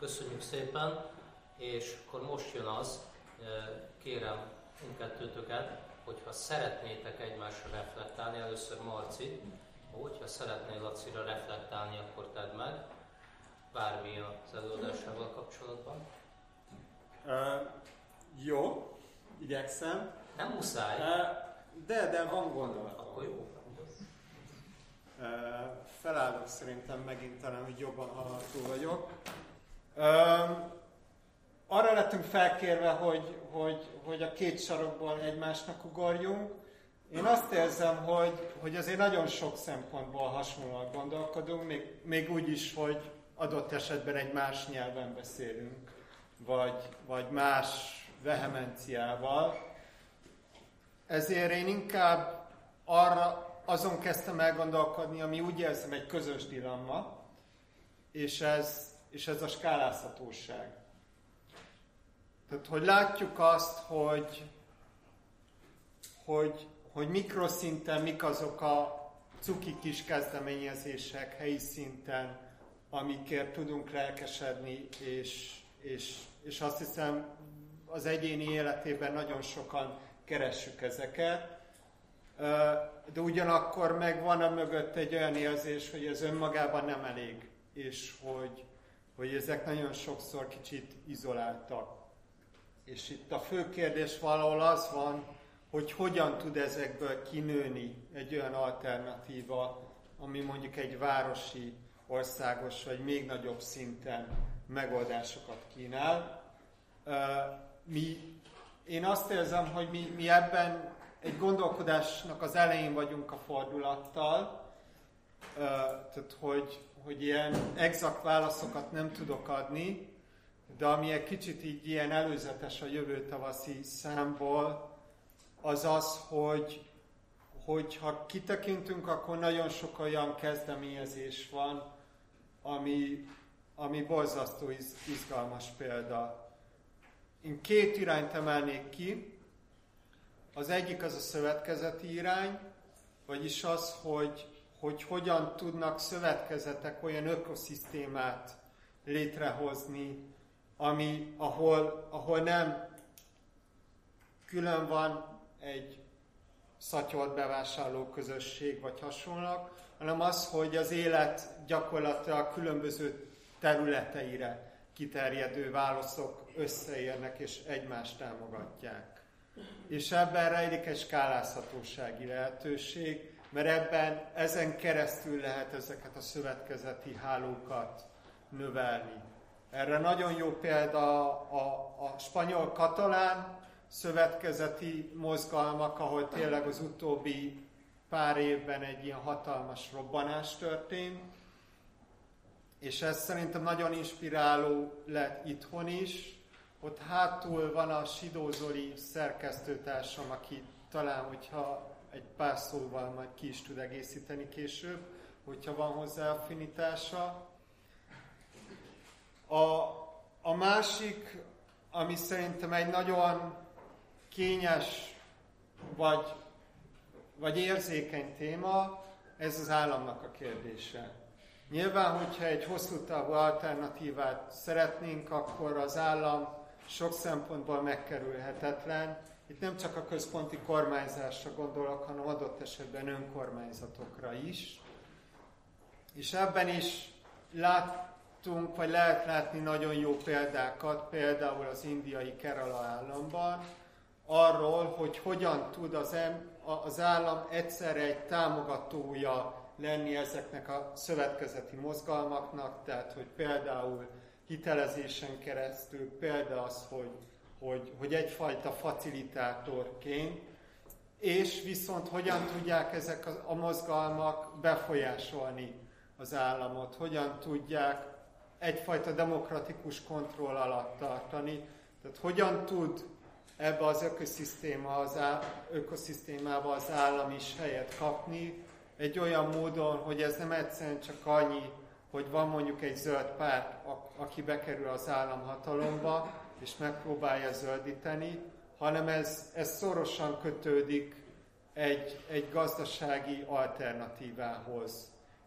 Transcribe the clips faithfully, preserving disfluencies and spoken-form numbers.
Köszönjük szépen, és akkor most jön az, kérem mindkettőtöket, hogyha szeretnétek egymásra reflektálni, először Marci, hogyha szeretnél Lacira reflektálni, akkor tedd meg, bármi az előadásával kapcsolatban. Uh, jó, igyekszem. Nem muszáj. Uh, de, de van gondolat. Akkor jó. Uh, felállok szerintem megint talán, hogy jobban hallható vagyok. Uh, arra lettünk felkérve, hogy, hogy, hogy a két sarokból egymásnak ugorjunk. Én azt érzem, hogy, hogy azért nagyon sok szempontból hasonlóan gondolkodunk, még, még úgy is, hogy adott esetben egy más nyelven beszélünk, vagy, vagy más vehemenciával. Ezért én inkább arra, azon kezdtem elgondolkodni, ami úgy érzem egy közös dilemma, és ez, és ez a skálázhatóság. Tehát, hogy látjuk azt, hogy, hogy, hogy mikroszinten mik azok a cuki kis kezdeményezések helyi szinten, amikért tudunk lelkesedni, és, és, és azt hiszem az egyéni életében nagyon sokan keressük ezeket. De ugyanakkor meg van a mögött egy olyan érzés, hogy ez önmagában nem elég, és hogy, hogy ezek nagyon sokszor kicsit izoláltak. És itt a fő kérdés valahol az van, hogy hogyan tud ezekből kinőni egy olyan alternatíva, ami mondjuk egy városi, országos vagy még nagyobb szinten megoldásokat kínál. Mi, én azt érzem, hogy mi, mi ebben egy gondolkodásnak az elején vagyunk a fordulattal, tehát hogy, hogy ilyen exakt válaszokat nem tudok adni, de ami egy kicsit így ilyen előzetes a jövő tavaszi számból, az az, hogy, hogy ha kitekintünk, akkor nagyon sok olyan kezdeményezés van, ami, ami borzasztó izgalmas példa. Én két irányt emelnék ki. Az egyik az a szövetkezeti irány, vagyis az, hogy, hogy hogyan tudnak szövetkezetek olyan ökoszisztémát létrehozni, ami, ahol, ahol nem külön van egy szatyolt bevásárló közösség vagy hasonlók, hanem az, hogy az élet gyakorlatilag különböző területeire kiterjedő válaszok összeérnek és egymást támogatják. És ebben rejlik egy skálázhatósági lehetőség, mert ebben ezen keresztül lehet ezeket a szövetkezeti hálókat növelni. Erre nagyon jó példa a, a, a spanyol-katalán szövetkezeti mozgalmak, ahol tényleg az utóbbi pár évben egy ilyen hatalmas robbanás történt, és ez szerintem nagyon inspiráló lett itthon is. Ott hátul van a Sidó Zoli szerkesztőtársam, aki talán, hogyha egy pár szóval majd ki is tud egészíteni később, hogyha van hozzá affinitása. A, a másik, ami szerintem egy nagyon kényes vagy, vagy érzékeny téma, ez az államnak a kérdése. Nyilván, hogyha egy hosszú távú alternatívát szeretnénk, akkor az állam sok szempontból megkerülhetetlen. Itt nem csak a központi kormányzásra gondolok, hanem adott esetben önkormányzatokra is. És ebben is láttunk, vagy lehet látni nagyon jó példákat, például az indiai Kerala államban, arról, hogy hogyan tud az, em, az állam egyszerre egy támogatója lenni ezeknek a szövetkezeti mozgalmaknak, tehát hogy például hitelezésen keresztül, például az, hogy, hogy, hogy egyfajta facilitátorként, és viszont hogyan tudják ezek a, a mozgalmak befolyásolni az államot, hogyan tudják egyfajta demokratikus kontroll alatt tartani, tehát hogyan tud ebbe az ökoszisztéma, az á, ökoszisztémába az állam is helyet kapni, egy olyan módon, hogy ez nem egyszerűen csak annyi, hogy van mondjuk egy zöld párt, aki bekerül az államhatalomba, és megpróbálja zöldíteni, hanem ez, ez szorosan kötődik egy, egy gazdasági alternatívához.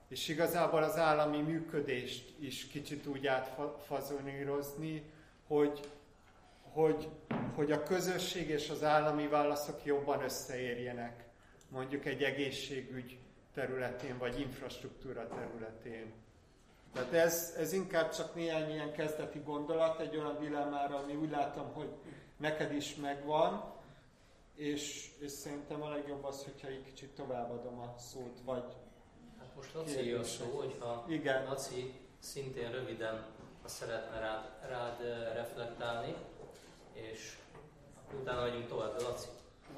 és igazából az állami működést is kicsit úgy átfazonírozni, hogy, hogy, hogy a közösség és az állami válaszok jobban összeérjenek, mondjuk egy egészségügy területén, vagy infrastruktúra területén. Tehát ez, ez inkább csak néhány ilyen kezdeti gondolat, egy olyan dilemmára, ami úgy látom, hogy neked is megvan, és, és szerintem a legjobb az, hogyha egy kicsit továbbadom a szót, vagy... Hát most Laci a szó, hogyha igen. Laci szintén röviden szeretne rád, rád reflektálni, és utána vagyunk tovább, Laci.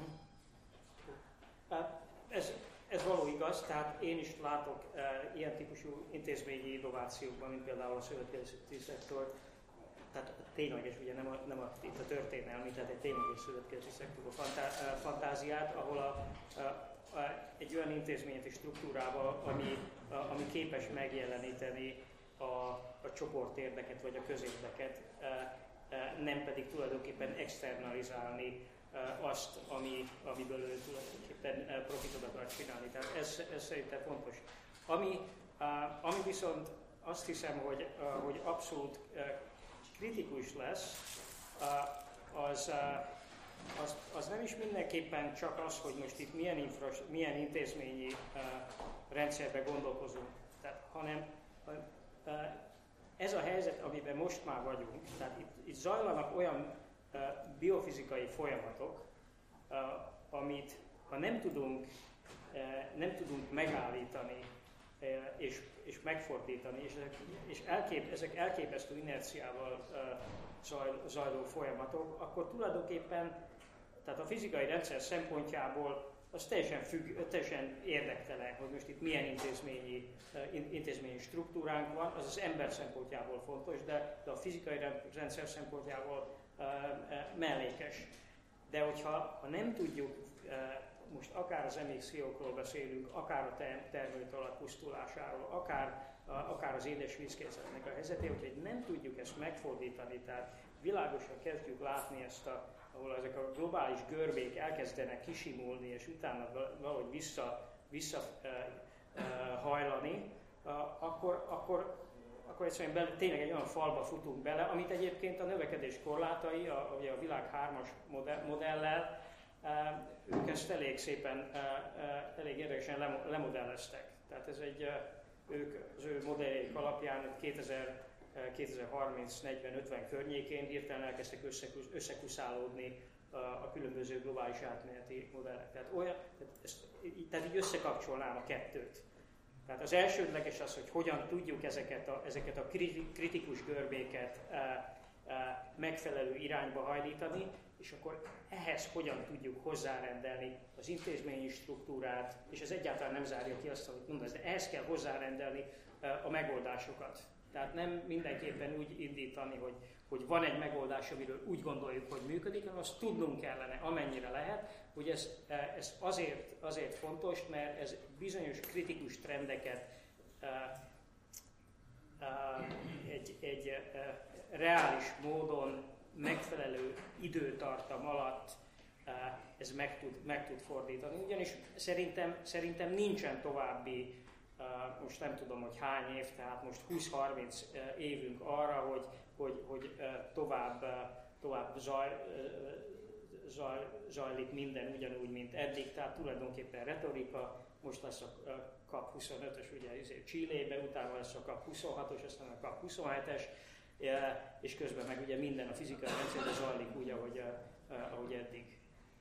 Ez, ez való igaz, tehát én is látok e, ilyen típusú intézményi innovációkban, mint például a szövetkezeti szektor. Tehát tényleges, ugye nem a, nem a, itt a történelmi, tehát egy tényleges szövetkezeti szektorú fantá, fantáziát, ahol a, a, a, egy olyan intézményi struktúrával, ami, a, ami képes megjeleníteni a, a csoportérdeket vagy a közérdeket, e, e, nem pedig tulajdonképpen externalizálni azt, ami, amiből ő tulajdonképpen profitot akar csinálni. Tehát ez, ez szerintem fontos. Ami, ami viszont azt hiszem, hogy, hogy abszolút kritikus lesz, az, az, az nem is mindenképpen csak az, hogy most itt milyen, infras, milyen intézményi rendszerben gondolkozunk, tehát, hanem ez a helyzet, amiben most már vagyunk, tehát itt, itt zajlanak olyan biofizikai folyamatok, amit ha nem tudunk, nem tudunk megállítani és, és megfordítani, és, ezek, és elkép, ezek elképesztő inerciával zajló folyamatok, akkor tulajdonképpen, tehát a fizikai rendszer szempontjából az teljesen, függ, teljesen érdektelen, hogy most itt milyen intézményi, intézményi struktúránk van, az az ember szempontjából fontos, de, de a fizikai rendszer szempontjából mellékes. De hogyha ha nem tudjuk, most akár az emissziókról beszélünk, akár a termőtalaj pusztulásáról, akár, akár az édesvízkészletnek a helyzetéről, hogyha nem tudjuk ezt megfordítani, tehát világosan kezdjük látni ezt, a, ahol ezek a globális görbék elkezdenek kisimulni, és utána valahogy vissza, vissza hajlani, akkor, akkor akkor egyszerűen be, tényleg egy olyan falba futunk bele, amit egyébként a növekedés korlátai, a, ugye a világ hármas modell, modellel, e, ők ezt elég szépen, e, e, elég érdekesen lemodelleztek. Tehát ez egy, ők az ő modelljeik alapján kétezer, kétezer-harminc, negyven, ötven környékén hirtelen elkezdtek összekuszálódni a, a különböző globális átmeneti modellek. Tehát, olyan, tehát, ezt, tehát így összekapcsolnám a kettőt. Tehát az elsődleges az, hogy hogyan tudjuk ezeket a, ezeket a kritikus görbéket e, e, megfelelő irányba hajlítani, és akkor ehhez hogyan tudjuk hozzárendelni az intézményi struktúrát, és ez egyáltalán nem zárja ki azt, amit mondasz, de ehhez kell hozzárendelni e, a megoldásokat. Tehát nem mindenképpen úgy indítani, hogy, hogy van egy megoldás, amiről úgy gondoljuk, hogy működik, hanem azt tudnunk kellene, amennyire lehet, hogy ez, ez azért, azért fontos, mert ez bizonyos kritikus trendeket uh, uh, egy, egy uh, reális módon, megfelelő időtartam alatt uh, ez meg tud, meg tud fordítani. Ugyanis szerintem, szerintem nincsen további, uh, most nem tudom, hogy hány év, tehát most húsz-harminc uh, évünk arra, hogy, hogy, hogy uh, tovább, uh, tovább zaj, uh, Zaj, zajlik minden ugyanúgy, mint eddig, tehát tulajdonképpen retorika, most lesz a kap huszonötös, ugye Chilébe, utána lesz a kap huszonhatos, aztán a kap huszonhetes, és közben meg ugye minden a fizikai rendszerben zajlik úgy, ahogy, ahogy eddig.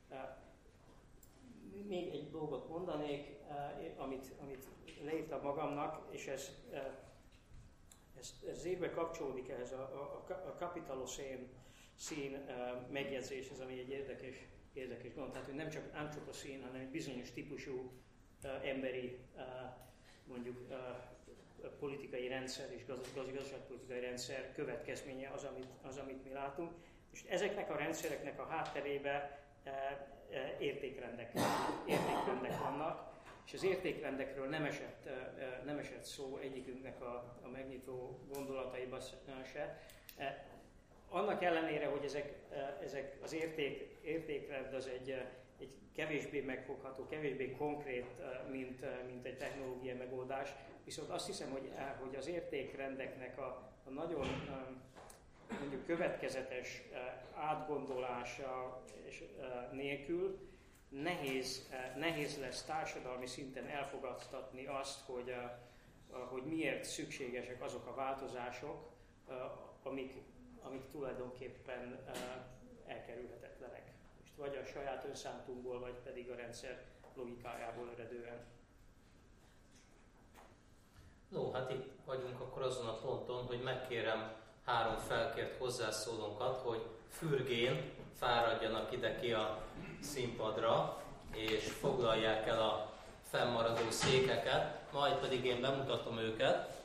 Még egy dolgot mondanék, amit, amit leírtam magamnak, és ez, ez, ez évbe kapcsolódik ehhez a, a, a kapitalocén szín uh, megjegyzéshez, ami egy érdekes, érdekes gond. Tehát, hogy nem csak antropocén, hanem egy bizonyos típusú uh, emberi, uh, mondjuk uh, politikai rendszer és gaz, gaz, gazdaságpolitikai rendszer következménye az amit, az, amit mi látunk. És ezeknek a rendszereknek a hátterébe uh, uh, értékrendek, értékrendek vannak, és az értékrendekről nem esett, uh, nem esett szó egyikünknek a, a megnyitó gondolataiba se. Uh, Annak ellenére, hogy ezek, ezek az érték, értékrend az egy, egy kevésbé megfogható, kevésbé konkrét, mint, mint egy technológiai megoldás. Viszont azt hiszem, hogy, hogy az értékrendeknek a, a nagyon mondjuk következetes átgondolása és nélkül nehéz, nehéz lesz társadalmi szinten elfogadtatni azt, hogy, hogy miért szükségesek azok a változások, amik, amik tulajdonképpen elkerülhetetlenek. Most vagy a saját önszántunkból, vagy pedig a rendszer logikájából eredően. No, hát itt vagyunk akkor azon a ponton, hogy megkérem három felkért hozzászólónkat, hogy fürgén fáradjanak ide ki a színpadra, és foglalják el a fennmaradó székeket, majd pedig én bemutatom őket.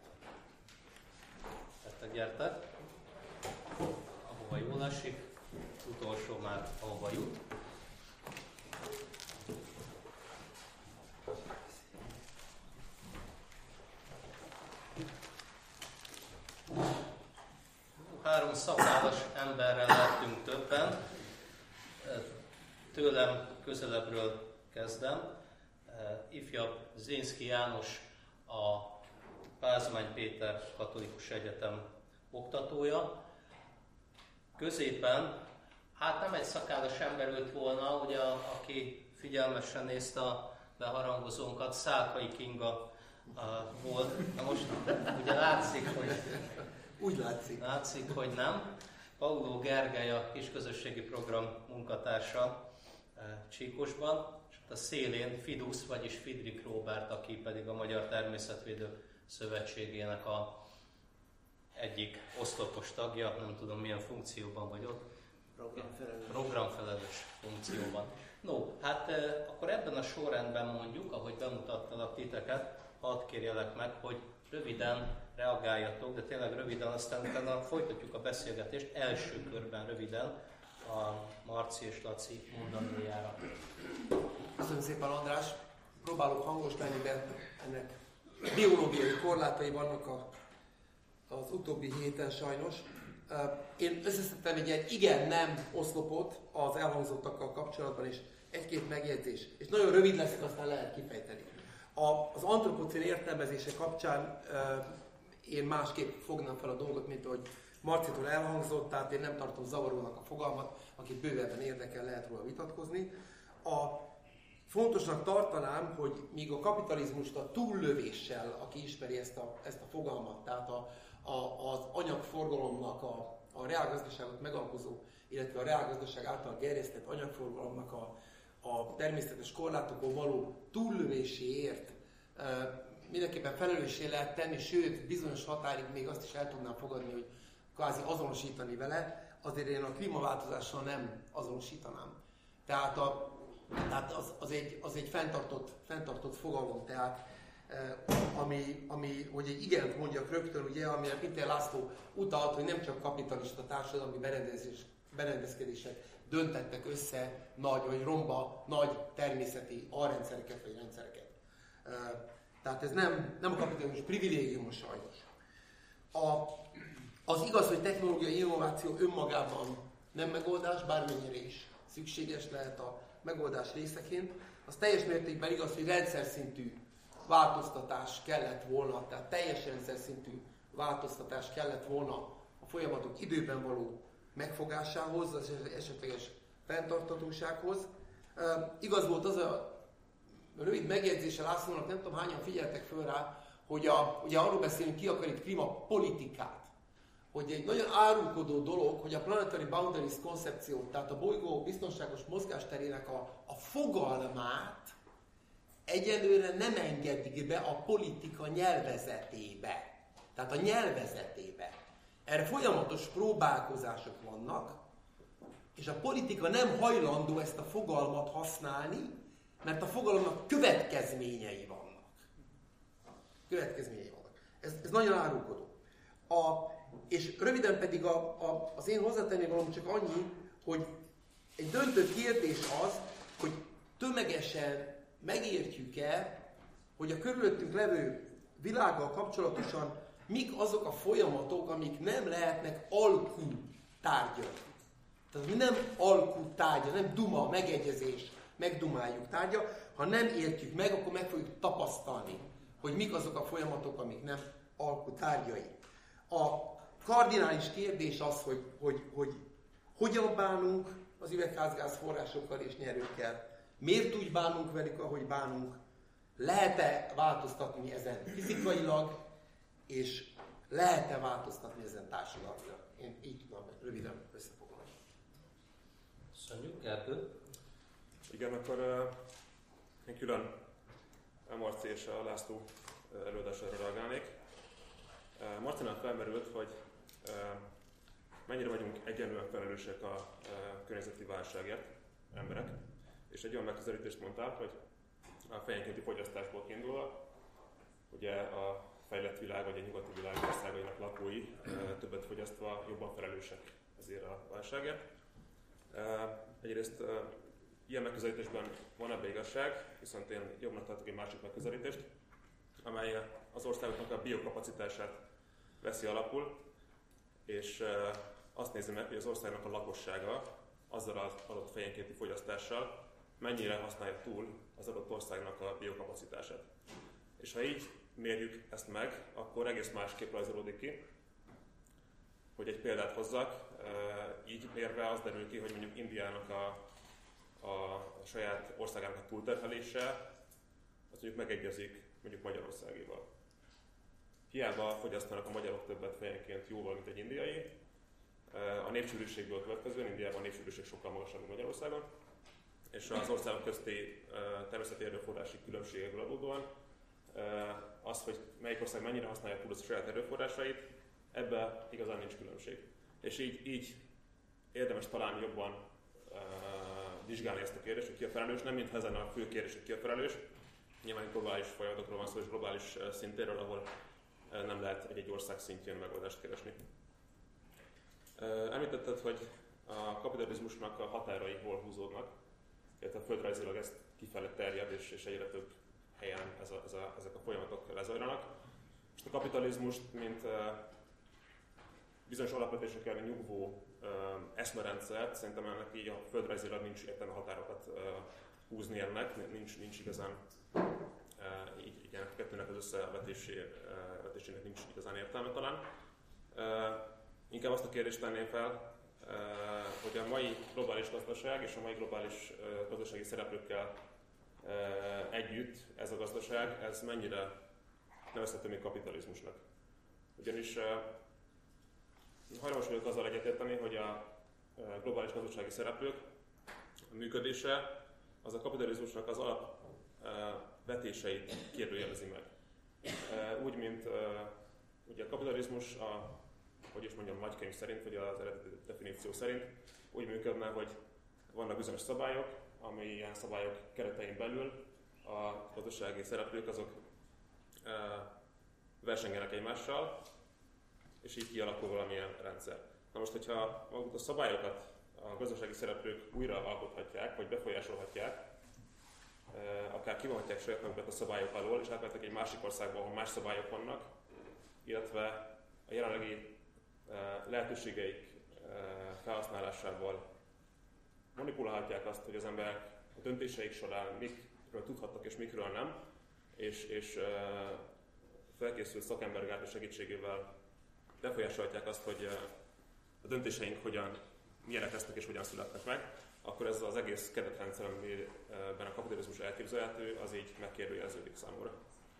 Gyertek, gyertek! Ahova jól esik, utolsó már ahova jut. Három szakállas emberrel lettünk többen. Tőlem közelebbről kezdem. Ifjabb Zénszky János, a Pázmány Péter Katolikus Egyetem oktatója. Középen, hát nem egy szakállas ember ült volna, ugye, aki figyelmesen nézte a beharangozónkat, Szálkai Kinga uh, volt. Na most ugye látszik, hogy... Úgy látszik. Látszik, hogy nem. Pauló Gergely, a kisközösségi program munkatársa Csíkosban, és a szélén Fidusz, vagyis Fidrik Róbert, aki pedig a Magyar Természetvédők Szövetségének a egyik oszlopos tagja, nem tudom milyen funkcióban vagy ott. Programfelelős. Programfelelős funkcióban. No, hát akkor ebben a sorrendben mondjuk, ahogy bemutattalak titeket, hadd kérjelek meg, hogy röviden reagáljatok, de tényleg röviden, aztán utána folytatjuk a beszélgetést, első körben röviden a Marci és Laci mondanójára. Köszönöm szépen, András. Próbálok hangos lenni, de ennek biológiai korlátai vannak a, az utóbbi héten sajnos. Én összeszedtem egy ilyen igen-nem oszlopot az elhangzottakkal kapcsolatban, és egy-két megjegyzés. És nagyon rövid leszek, aztán lehet kifejteni. A, az antropocén értelmezése kapcsán én másképp fognám fel a dolgot, mint ahogy Marcitól elhangzott, tehát én nem tartom zavarónak a fogalmat, akit bővebben érdekel, lehet róla vitatkozni. A fontosnak tartanám, hogy míg a kapitalizmust a túllövéssel, aki ismeri ezt a, ezt a fogalmat, tehát a, a, az anyagforgalomnak, a, a reálgazdaságot megalkozó, illetve a reálgazdaság által gerjesztett anyagforgalomnak a, a természetes korlátokon való túllövéséért mindenképpen felelőssé lehet tenni, sőt, bizonyos határig még azt is el tudnám fogadni, hogy kvázi azonosítani vele, azért én a klímaváltozással nem azonosítanám. Tehát, a, tehát az, az, egy, az egy fenntartott, fenntartott fogalom, tehát ami, ami, hogy egy igent mondjak rögtön, ugye, amire Pintér László utalt, hogy nem csak kapitalista társadalmi berendezés, berendezkedések döntettek össze nagy, vagy romba nagy természeti alrendszereket, vagy rendszereket. Tehát ez nem, nem a kapitalizmus privilégiuma sajnos. A, az igaz, hogy technológiai innováció önmagában nem megoldás, bármennyire is szükséges lehet a megoldás részeként. Az teljes mértékben igaz, hogy rendszer szintű változtatás kellett volna, tehát teljes rendszer szintű változtatás kellett volna a folyamatok időben való megfogásához, az esetleges fenntarthatósághoz. E, igaz volt az a rövid megjegyzése Lászlónak, nem tudom hányan figyeltek föl rá, hogy a, ugye arról beszélünk, ki akar itt klímapolitikát. Hogy egy nagyon árulkodó dolog, hogy a Planetary Boundaries koncepciót, tehát a bolygó biztonságos mozgásterének a, a fogalmát egyelőre nem engedik be a politika nyelvezetébe. Tehát a nyelvezetébe. Erre folyamatos próbálkozások vannak, és a politika nem hajlandó ezt a fogalmat használni, mert a fogalomnak következményei vannak. Következményei vannak. Ez, ez nagyon árulkodó. A, és röviden pedig a, a, az én hozzátenni valóm csak annyi, hogy egy döntő kérdés az, hogy tömegesen megértjük-e, hogy a körülöttünk levő világgal kapcsolatosan mik azok a folyamatok, amik nem lehetnek alkú tárgyak. Tehát mi nem alkutárgya, nem duma, megegyezés, megdumáljuk tárgya, ha nem értjük meg, akkor meg fogjuk tapasztalni, hogy mik azok a folyamatok, amik nem alkutárgyai. A kardinális kérdés az, hogy, hogy, hogy hogyan bánunk az üvegházgáz forrásokkal és nyerőkkel, miért úgy bánunk velük, ahogy bánunk, lehet-e változtatni ezen fizikailag, és lehet-e változtatni ezen társadalmilag. Én így tudom röviden összefoglalni. Köszönjük, Gergő. Igen, akkor uh, én külön a Marci és a László uh, előadására reagálnék. Uh, Marcinál felmerült, hogy uh, mennyire vagyunk egyenlően felelősek a uh, környezeti válságért, emberek, és egy olyan megközelítést mondtál, hogy a fejenkénti fogyasztásból kiindulva, ugye a fejlett világ vagy a nyugati világ országainak lakói uh, többet fogyasztva jobban felelősek ezért a válságért. Uh, egyrészt uh, ilyen megközelítésben van ebbe igazság, viszont én jobbnak tartok egy másik megközelítést, amely az országoknak a biokapacitását veszi alapul, és azt nézi meg, hogy az országnak a lakossága azzal az adott fejenkénti fogyasztással mennyire használja túl az adott országnak a biokapacitását. És ha így mérjük ezt meg, akkor egész másképp rajzolódik ki. Hogy egy példát hozzak, így mérve az derül ki, hogy mondjuk Indiának a a saját országának a túlterhelése, az mondjuk megegyezik mondjuk Magyarországéval. Hiába fogyasztanak a magyarok többet fejenként jóval, mint egy indiai. A népsűrűségből következően Indiában a népsűrűség sokkal magasabb, mint Magyarországon, és az országok közti természeti erőforrási különbségekből adódóan az, hogy melyik ország mennyire használja túl a saját erőforrásait, ebben igazán nincs különbség. És így, így érdemes talán jobban vizsgálni ezt a kérdést, hogy ki a felelős, nem mintha ezen a fő kérdés, hogy ki a felelős. Nyilván globális folyamatokról van szó, és globális szintéről, ahol nem lehet egy-egy ország szintjén megoldást keresni. Említetted, hogy a kapitalizmusnak a határai hol húzódnak, illetve földrajzilag ez kifele terjed, és, és egyre több helyen ez a, ez a, ezek a folyamatok lezajlanak. Most a kapitalizmust, mint bizonyos alapvetésekkel nyugvó uh, eszmerendszert, szerintem ennek így a földrajzilag nincs értelme határokat uh, húzni ennek, nincs, nincs igazán, uh, így, így ennek a kettőnek az összevetésének uh, nincs igazán értelme talán. Uh, inkább azt a kérdést tenném fel, uh, hogy a mai globális gazdaság és a mai globális uh, gazdasági szereplőkkel uh, együtt ez a gazdaság, ez mennyire nevezhető még kapitalizmusnak. Ugyanis uh, hajlamos vagyok azzal egyetérteni, hogy a globális gazdasági szereplők működése az a kapitalizmusnak az alapvetéseit kérdőjelezi meg. Úgy, mint ugye a kapitalizmus, a, hogy is mondjam, nagykönyv szerint, vagy az eredeti definíció szerint úgy működne, hogy vannak bizonyos szabályok, ami ilyen szabályok keretein belül a gazdasági szereplők azok versengenek egymással, és így kialakul valamilyen rendszer. Na most, hogyha magukat a szabályokat a gazdasági szereplők újra alkothatják, vagy befolyásolhatják, akár kivonhatják saját magukat a szabályok alól, és átmentek egy másik országba, ahol más szabályok vannak, illetve a jelenlegi lehetőségeik felhasználásával manipulálhatják azt, hogy az emberek a döntéseik során mikről tudhatnak és mikről nem, és, és felkészült szakembergárdok segítségével befolyásolhatják azt, hogy a döntéseink hogyan, milyenek lesznek és hogyan születnek meg, akkor ez az egész keretrendszer, amiben a kapitalizmus elképzelhető, az így megkérdőjeleződik számomra.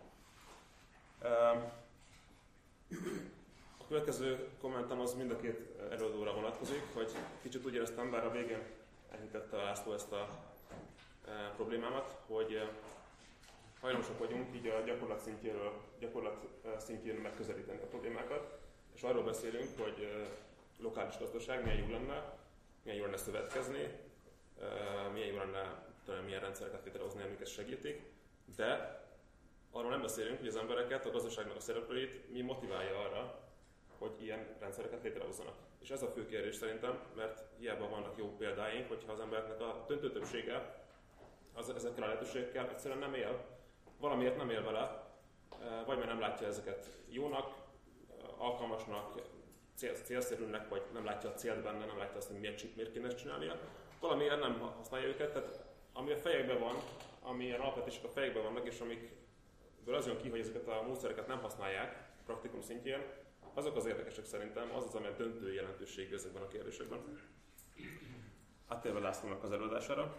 A következő kommentem az mind a két előadóra vonatkozik, hogy kicsit úgy éreztem, bár a végén enyhítette László ezt a problémámat, hogy hajlamosak vagyunk így a gyakorlat szintjéről, gyakorlat szintjén megközelíteni a problémákat, és arról beszélünk, hogy lokális gazdaság milyen jó lenne, milyen jó lenne szövetkezni, milyen jó lenne talán milyen rendszereket létrehozni, amik ezt segítik, de arról nem beszélünk, hogy az embereket, a gazdaságnak a szereplőit mi motiválja arra, hogy ilyen rendszereket létrehozzanak. És ez a fő kérdés szerintem, mert hiába vannak jó példáink, hogyha az embereknek a döntő többsége az, ezekkel a lehetőségekkel egyszerűen nem él, valamiért nem él vele, vagy mert nem látja ezeket jónak, alkalmasnak, cél, célszerűnek, vagy nem látja a célt benne, nem látja azt, hogy miért, miért kéne ezt csinálnia. Valamiért nem használja őket, tehát ami a fejekben van, amilyen alapvetések a fejekben vannak, és amikből az jön ki, hogy ezeket a módszereket nem használják praktikum szintjén, azok az érdekesek szerintem, az az, ami a döntő jelentőségű ezekben a kérdésekben. Áttérve Lászlónak az előadására.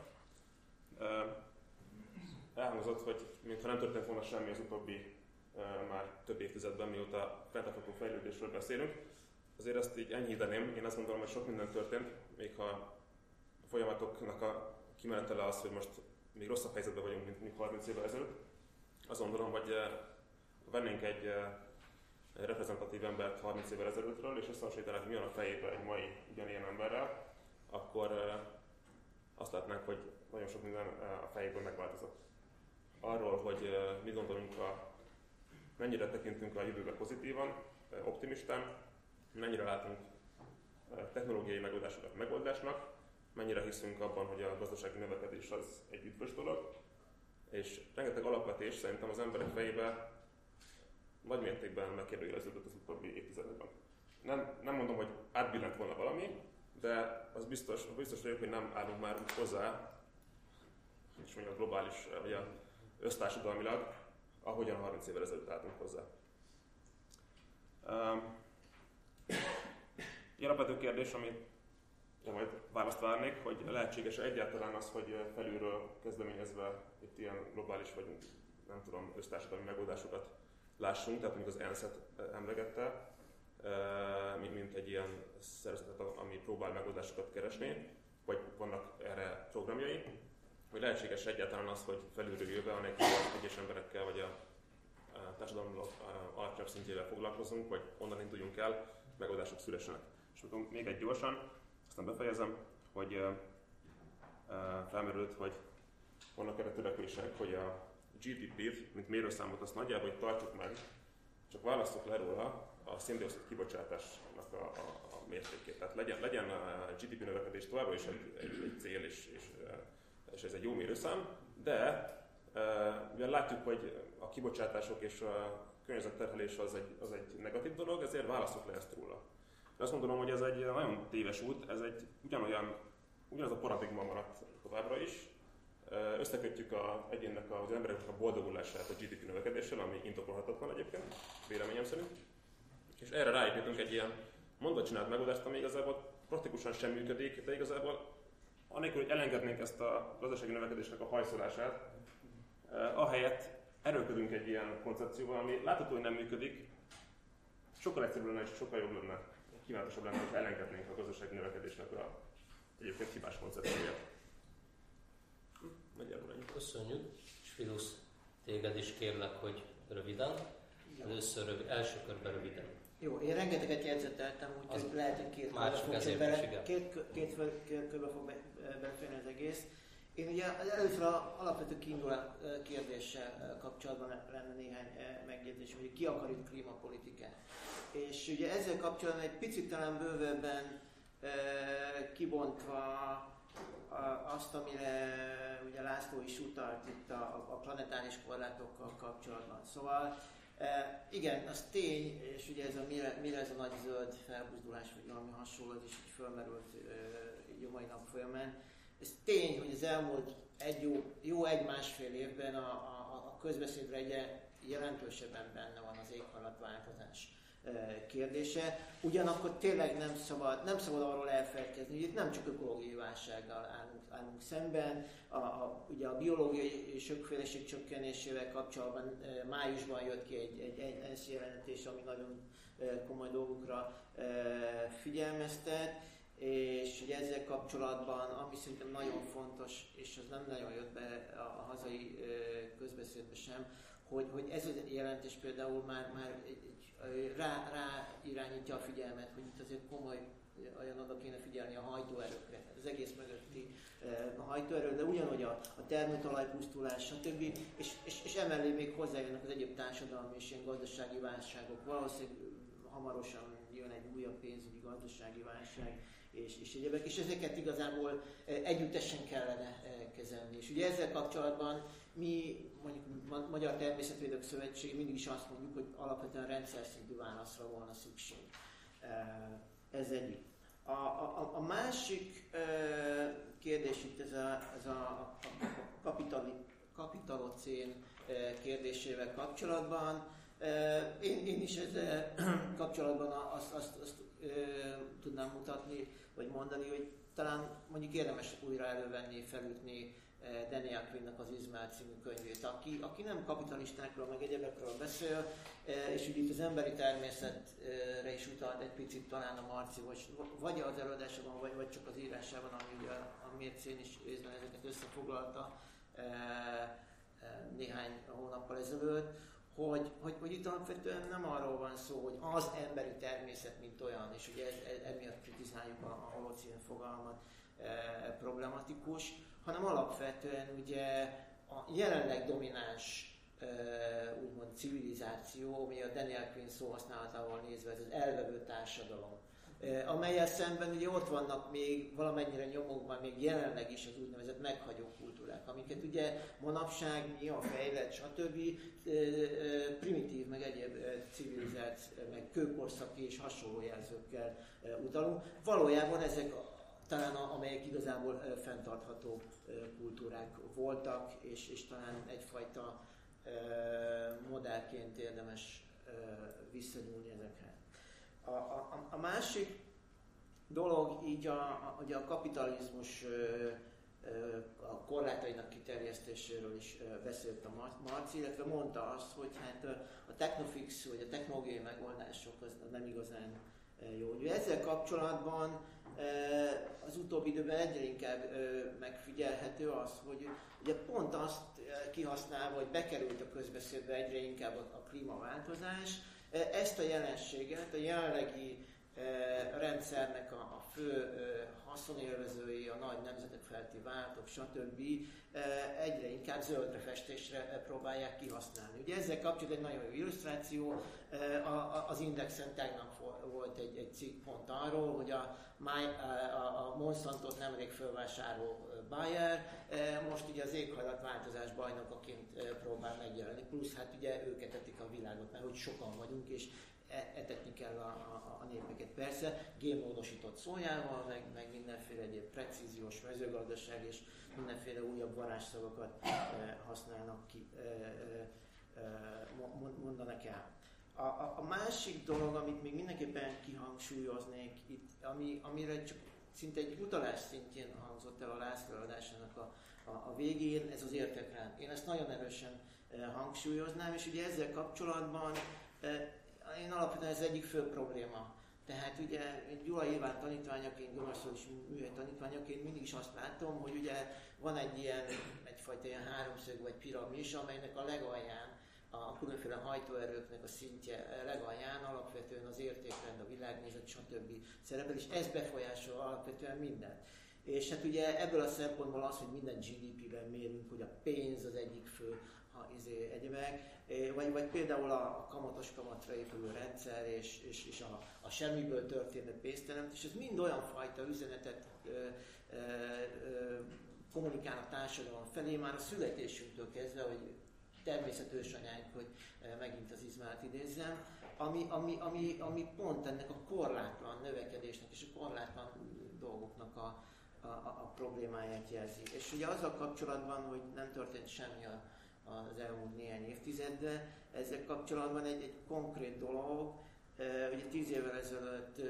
Elhangzott, hogy mintha nem történt volna semmi az utóbbi már több évtizedben, mióta fenntartható fejlődésről beszélünk. Azért ezt így enyhíteném, én azt gondolom, hogy sok minden történt, még ha a folyamatoknak a kimenetele az, hogy most még rosszabb helyzetben vagyunk, mint, mint harminc évvel ezelőtt. Azt gondolom, hogy vennénk egy reprezentatív embert harminc évvel ezelőttről, és összehasonlítanánk, hogy mi van a fejében egy mai ugyanilyen emberrel, akkor azt látnánk, hogy nagyon sok minden a fejéből megváltozott. Arról, hogy mit gondolunk, a, mennyire tekintünk a jövőbe pozitívan, optimistán, mennyire látunk technológiai megoldásokat megoldásnak, mennyire hiszünk abban, hogy a gazdasági növekedés az egy üdvös dolog, és rengeteg alapvetés szerintem az emberek fejében nagy mértékben megkérdőjeleződött az utóbbi évtizedekben. Nem, nem mondom, hogy átbillent volna valami, de az biztos, biztos vagyok, hogy nem állunk már úgy hozzá, és mondjam, globális, vagy a össztársadalmilag, ahogyan harminc évvel ezelőtt álltunk hozzá. Um, Ilyen alapvető kérdés, amit majd választ várnék, hogy lehetséges-e egyáltalán az, hogy felülről kezdeményezve itt ilyen globális vagy nem tudom, össztársadalmi megoldásokat lássunk, tehát mondjuk az ENSZ-et emlegette, mint, mint egy ilyen szervezetet, ami próbál megoldásokat keresni, vagy vannak erre programjai, hogy lehetséges egyáltalán az, hogy felülről jöve, anélkül az egyes emberekkel vagy a társadalom alacsonyabb szintjével foglalkozunk, vagy onnan induljunk el, megoldások szülessenek. És akkor még egy gyorsan, aztán befejezem, hogy uh, uh, felmerült, hogy vannak erre törekvések, hogy a gé dé pét, mint mérőszámot, azt nagyjából hogy tartsuk meg, csak választok le róla a széndioxid kibocsátásnak a, a, a mértékét. Tehát legyen, legyen a gé dé pé növekedés továbbra is egy, egy, egy cél, és, és, és ez egy jó mérőszám, de uh, mivel látjuk, hogy a kibocsátások és a környezetterhelés az egy, az egy negatív dolog, ezért választok le ezt róla. De azt gondolom, hogy ez egy nagyon téves út, ez egy ugyanolyan, ugyanaz a paradigma maradt továbbra is. Összekötjük a egyénnek, az embereknek a boldogulását a gé dé pé növekedéssel, ami indokolhatatlan egyébként, véleményem szerint. És erre ráépítünk egy ilyen mondatcsinált megoldást, ami igazából praktikusan sem működik, de igazából anélkül, hogy elengednénk ezt a gazdasági növekedésnek a hajszolását, ahelyett erőlködünk egy ilyen koncepcióval, ami látható, hogy nem működik, sokkal egyszerűbb lenne és sokkal jobb lenne, kívánatosabb lenne, hogy elengednénk a gazdasági növekedésnek a egyébként hibás koncepcióját. Nagyjából ennyi. Köszönjük. És Filusz, téged is kérlek, hogy röviden. Először rövid, első körben röviden. Jó, én rengeteget jegyzeteltem, úgyhogy lehet, hogy két körbe fog, bele, két, két, két körbe fog beleférni az egész. Én ugye először az alapvető kiinduló kérdéssel kapcsolatban lenne néhány megjegyzés, hogy ki akar itt klímapolitikát. És ugye ezzel kapcsolatban egy picit talán bővebben kibontva azt, amire ugye László is utalt itt a, a planetáris korlátokkal kapcsolatban. Szóval igen, az tény, és ugye ez a mire, mire ez a nagy zöld felbuzdulás, vagy valami hasonló, az is így fölmerült így a mai nap folyamán. Ez tény, hogy az elmúlt egy jó, jó egy-másfél évben a, a, a közbeszédre egyre jelentősebben benne van az éghajlatváltozás kérdése. Ugyanakkor tényleg nem szabad, nem szabad arról elfelejtkezni, hogy itt nem csak ökológiai válsággal állunk, állunk szemben. A, a, ugye a biológiai sokféleség csökkenésével kapcsolatban e, májusban jött ki egy, egy, egy ENSZ jelentés, ami nagyon e, komoly dolgokra e, figyelmeztet. És ugye ezzel kapcsolatban, ami szerintem nagyon fontos, és az nem nagyon jött be a, a hazai közbeszédbe sem, hogy, hogy ez a jelentés például már, már egy, egy, rá, rá irányítja a figyelmet, hogy itt azért komoly, olyan oda kéne figyelni a hajtóerőkre, az egész mögötti a hajtóerő, de ugyanúgy a, a termőtalaj pusztulás, stb. És, és, és emellé még hozzájönnek az egyéb társadalmi és ilyen gazdasági válságok. Valószínűleg hamarosan jön egy újabb pénzügyi gazdasági válság, és, és egyébként, és ezeket igazából együttesen kellene kezelni. És ugye ezzel kapcsolatban mi, mondjuk a Magyar Természetvédők Szövetség mindig is azt mondjuk, hogy alapvetően rendszer szintű válaszra volna szükség. Ez egyik. A, a, a másik kérdés itt ez a, ez a, a kapitali, kapitalocén kérdésével kapcsolatban. Én, én is ezzel kapcsolatban azt, azt, azt tudnám mutatni, vagy mondani, hogy talán mondjuk érdemes újra elővenni, felütni Daniel Quinn-nak az Izmael című könyvét, aki, aki nem kapitalistákról, meg egyebekről beszél, és ugye itt az emberi természetre is utalt egy picit talán a Marci, vagy, vagy az előadásában, vagy, vagy csak az írásában, ami ugye a Mércén is részben ezeket összefoglalta néhány hónappal ezelőtt, hogy, hogy, hogy itt alapvetően nem arról van szó, hogy az emberi természet, mint olyan, és ugye emiatt kritizáljuk a, a holocén fogalmat, e, problematikus, hanem alapvetően ugye a jelenleg domináns e, úgymond civilizáció, ami a Daniel Quinn szóhasználatával nézve, ez az elvevő társadalom, e, amellyel szemben ugye ott vannak még valamennyire nyomokban, még jelenleg is az úgynevezett meghagyó kultúrák, amiket ugye manapság mi a fejlett, stb. Primitív, meg egyéb civilizált, meg kőkorszaki és hasonló jelzőkkel utalunk. Valójában ezek talán amelyek igazából fenntartható kultúrák voltak, és, és talán egyfajta modellként érdemes visszanyúlni ezekhez. A, a, a másik dolog így a, a, ugye a kapitalizmus a korlátainak kiterjesztéséről is beszélt a Marci, illetve mondta azt, hogy hát a technofix, vagy a technológiai megoldások az nem igazán jó. Ugye ezzel kapcsolatban az utóbbi időben egyre inkább megfigyelhető az, hogy ugye pont azt kihasználva, hogy bekerült a közbeszédbe egyre inkább a klímaváltozás, ezt a jelenséget a jelenlegi rendszernek a, a fő haszonélvezői, a nagy nemzetek feletti vállalatok, stb. Egyre inkább zöldre festésre próbálják kihasználni. Ugye ezzel kapcsolatban egy nagyon jó illusztráció, az Indexen tegnap volt egy, egy cikk pont arról, hogy a, a Monsantot nemrég fölvásárló Bayer most ugye az éghajlatváltozás bajnokaként próbál megjelenni, plusz hát ugye ők etetik a világot, mert hogy sokan vagyunk, és etetni kell a, a, a népeket. Persze génmódosított szójával, meg, meg mindenféle egyéb precíziós mezőgazdaság és mindenféle újabb varázsszavakat e, használnak ki, e, e, mondanak el. A, a, a másik dolog, amit még mindenképpen kihangsúlyoznék itt, ami, amire csak szinte egy utalás szintjén hangzott el a László adásának a, a, a végén, ez az értékrend. Én ezt nagyon erősen e, hangsúlyoznám, és ugye ezzel kapcsolatban e, én alapvetően ez egyik fő probléma. Tehát ugye Gyula Iván tanítványaként, Gömörszól is műhely tanítványaként mindig is azt látom, hogy ugye van egy ilyen, egyfajta ilyen háromszög vagy piramis, amelynek a legalján, a különféle hajtóerőknek a szintje legalján alapvetően az értékrend, a világnézet, stb. Szerepel, és ez befolyásol alapvetően mindent. És hát ugye ebből a szempontból az, hogy minden gé dé pé-ben mérünk, hogy a pénz az egyik fő izé, egyebek, vagy, vagy például a kamatos kamatra épülő rendszer, és, és, és a, a semmiből történő pénzteremtés, ez mind olyan fajta üzenetet ö, ö, ö, kommunikál a társadalom felé, már a születésünktől kezdve, hogy természetősanyánk, hogy megint az Izmaelt idézzem, ami, ami, ami, ami pont ennek a korlátlan növekedésnek és a korlátlan dolgoknak a, a, a problémáját jelzi. És ugye azzal kapcsolatban, hogy nem történt semmi a az elmúlt néhány évtizedben. Ezzel kapcsolatban egy, egy konkrét dolog, ugye tíz évvel ezelőtt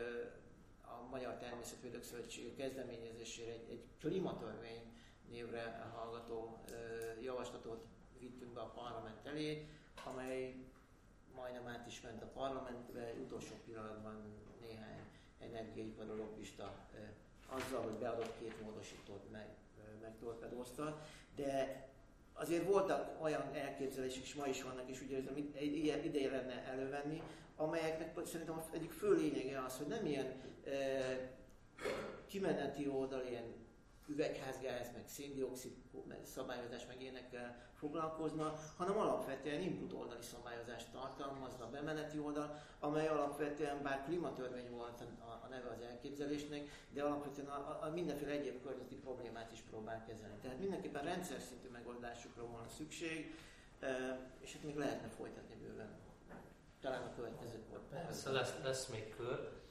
a Magyar Természetvédők Szövetsége kezdeményezésére egy, egy klímatörvény névre hallgató javaslatot vittünk be a parlament elé, amely majdnem át is ment a parlamentbe, utolsó pillanatban néhány energiaipari lobbista azzal, hogy beadott két módosítót meg, megtorpedózta, de azért voltak olyan elképzelések, és ma is vannak, és ugye ez ideje lenne elővenni, amelyeknek szerintem az egyik fő lényege az, hogy nem ilyen e, kimeneti oldal, ilyen üvegházgáz, meg széndioxid szabályozás, meg ilyenekkel foglalkozna, hanem alapvetően input oldali szabályozást tartalmazna a bemeneti oldal, amely alapvetően bár klímatörvény volt a, a neve az elképzelésnek, de alapvetően a, a, a mindenféle egyéb környezeti problémát is próbál kezelni. Tehát mindenképpen rendszer szintű megoldásokra volna szükség, és hát még lehetne folytatni bőven. talán a következő kor. Persze lesz, lesz még kör.